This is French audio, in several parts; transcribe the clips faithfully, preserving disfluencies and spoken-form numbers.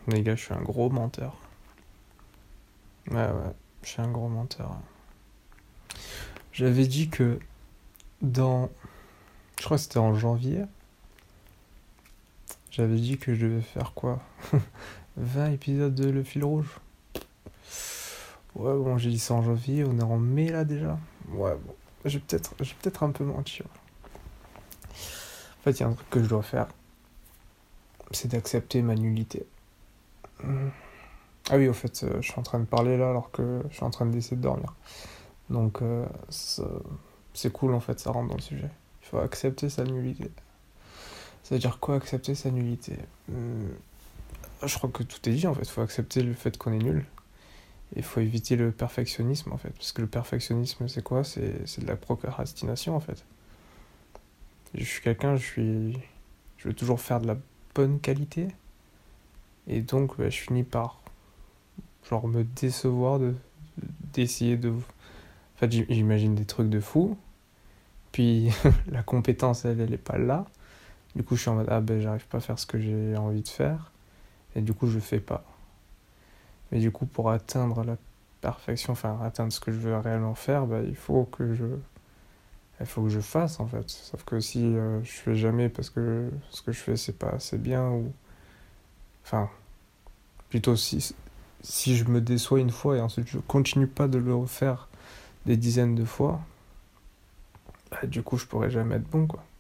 Les gars, je suis un gros menteur. Ouais, ouais, je suis un gros menteur. J'avais dit que dans... Je crois que c'était en janvier. J'avais dit que je devais faire quoi vingt épisodes de Le Fil Rouge. Ouais, bon, j'ai dit ça en janvier, on est en mai là déjà. Ouais, bon, j'ai peut-être, j'ai peut-être un peu menti. Ouais. En fait, il y a un truc que je dois faire, c'est d'accepter ma nullité. Hum. Ah oui, au fait, euh, je suis en train de parler là alors que je suis en train d'essayer de dormir. Donc, euh, c'est cool en fait, ça rentre dans le sujet. Il faut accepter sa nullité. Ça veut dire quoi, accepter sa nullité? Hum, Je crois que tout est dit en fait, il faut accepter le fait qu'on est nul. Il faut éviter le perfectionnisme en fait. Parce que le perfectionnisme, c'est quoi? C'est, c'est de la procrastination en fait. Je suis quelqu'un, je suis. Je veux toujours faire de la bonne qualité. Et donc, bah, je finis par. Genre, me décevoir de. D'essayer de. En fait, j'imagine des trucs de fou. Puis, la compétence, elle, elle est pas là. Du coup, je suis en mode, ah ben, j'arrive pas à faire ce que j'ai envie de faire. Et du coup, je fais pas. Mais du coup, pour atteindre la perfection, enfin, atteindre ce que je veux réellement faire, bah, il faut que je. Il faut que je fasse en fait. Sauf que si euh, je fais jamais parce que ce que je fais c'est pas assez bien ou. Enfin, plutôt si, si je me déçois une fois et ensuite je continue pas de le refaire des dizaines de fois, bah, du coup je pourrais jamais être bon quoi.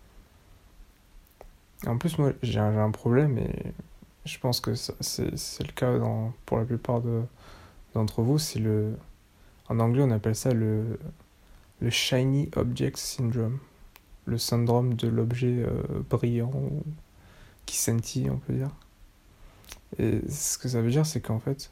En plus, moi j'ai un, j'ai un problème et je pense que ça, c'est, c'est le cas dans, pour la plupart de, d'entre vous. C'est le. En anglais on appelle ça le, le Shiny Object Syndrome. Le syndrome de l'objet euh, brillant ou qui scintille, on peut dire. Et ce que ça veut dire, c'est qu'en fait,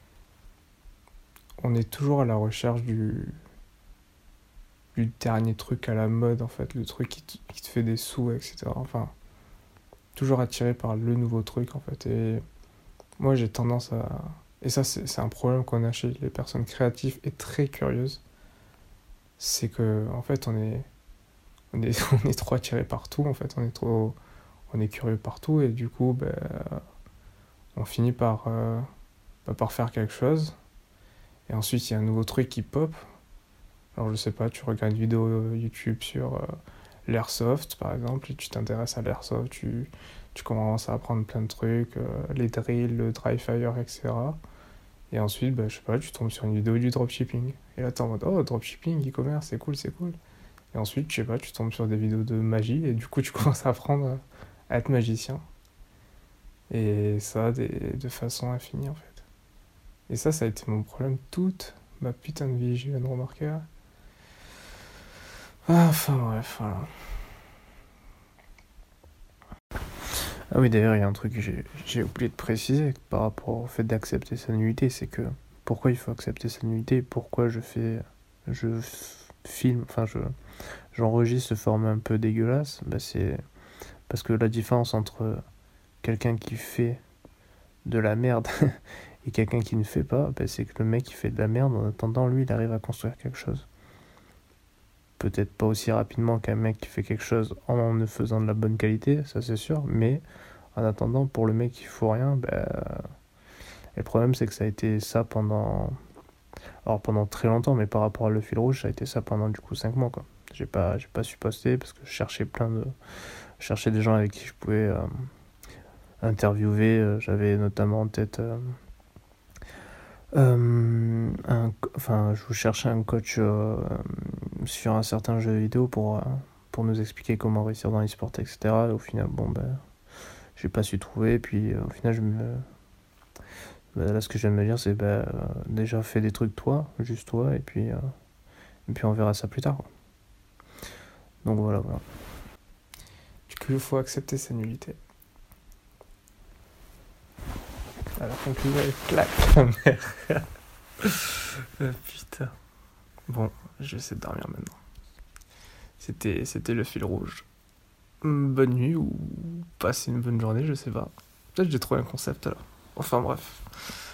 on est toujours à la recherche du, du dernier truc à la mode, en fait, le truc qui te, qui te fait des sous, et cetera. Enfin, toujours attiré par le nouveau truc, en fait. Et moi, j'ai tendance à... Et ça, c'est, c'est un problème qu'on a chez les personnes créatives et très curieuses. C'est que, en fait, on est, on est, on est trop attiré par tout, en fait. On est trop... On est curieux partout, et du coup, ben, on finit par, euh, bah, par faire quelque chose. Et ensuite, il y a un nouveau truc qui pop. Alors, je sais pas, tu regardes une vidéo YouTube sur euh, l'airsoft, par exemple, et tu t'intéresses à l'airsoft, tu, tu commences à apprendre plein de trucs, euh, les drills, le dry fire, et cetera. Et ensuite, bah, je sais pas, tu tombes sur une vidéo du dropshipping. Et là, t'es en mode, oh, dropshipping, e-commerce, c'est cool, c'est cool. Et ensuite, je sais pas, tu tombes sur des vidéos de magie, et du coup, tu commences à apprendre à être magicien. Et ça, des, de façon infinie, en fait. Et ça, ça a été mon problème toute ma putain de vie, je viens de remarquer. Ah, enfin bref, voilà. Ah oui, d'ailleurs, il y a un truc que j'ai, j'ai oublié de préciser par rapport au fait d'accepter sa nullité, c'est que pourquoi il faut accepter sa nullité, pourquoi je fais, je filme, enfin je, j'enregistre ce format un peu dégueulasse, bah c'est parce que la différence entre quelqu'un qui fait de la merde et quelqu'un qui ne fait pas, bah c'est que le mec qui fait de la merde, en attendant, lui, il arrive à construire quelque chose. Peut-être pas aussi rapidement qu'un mec qui fait quelque chose en ne faisant de la bonne qualité, ça c'est sûr, mais en attendant, pour le mec qui fout rien, bah, le problème c'est que ça a été ça pendant... Alors pendant très longtemps, mais par rapport à Le Fil Rouge, ça a été ça pendant du coup cinq mois quoi. J'ai pas, j'ai pas su poster parce que je cherchais plein de... Je cherchais des gens avec qui je pouvais euh, interviewer, j'avais notamment en tête... Euh, Euh, un, enfin, je cherchais un coach euh, sur un certain jeu vidéo pour, euh, pour nous expliquer comment réussir dans l'e-sport, et cetera. Et au final, bon, ben, j'ai pas su trouver. Et puis, euh, au final, je me... ben, là, ce que je viens de me dire, c'est ben, euh, déjà fais des trucs toi, juste toi, et puis, euh, et puis on verra ça plus tard. Quoi. Donc voilà, voilà. Du coup, il faut accepter sa nullité. À la conclusion, elle claque la mère. euh, putain. Bon, je vais essayer de dormir maintenant. C'était, c'était Le Fil Rouge. Bonne nuit ou passez une bonne journée, je sais pas. Peut-être que j'ai trouvé un concept alors. Enfin bref.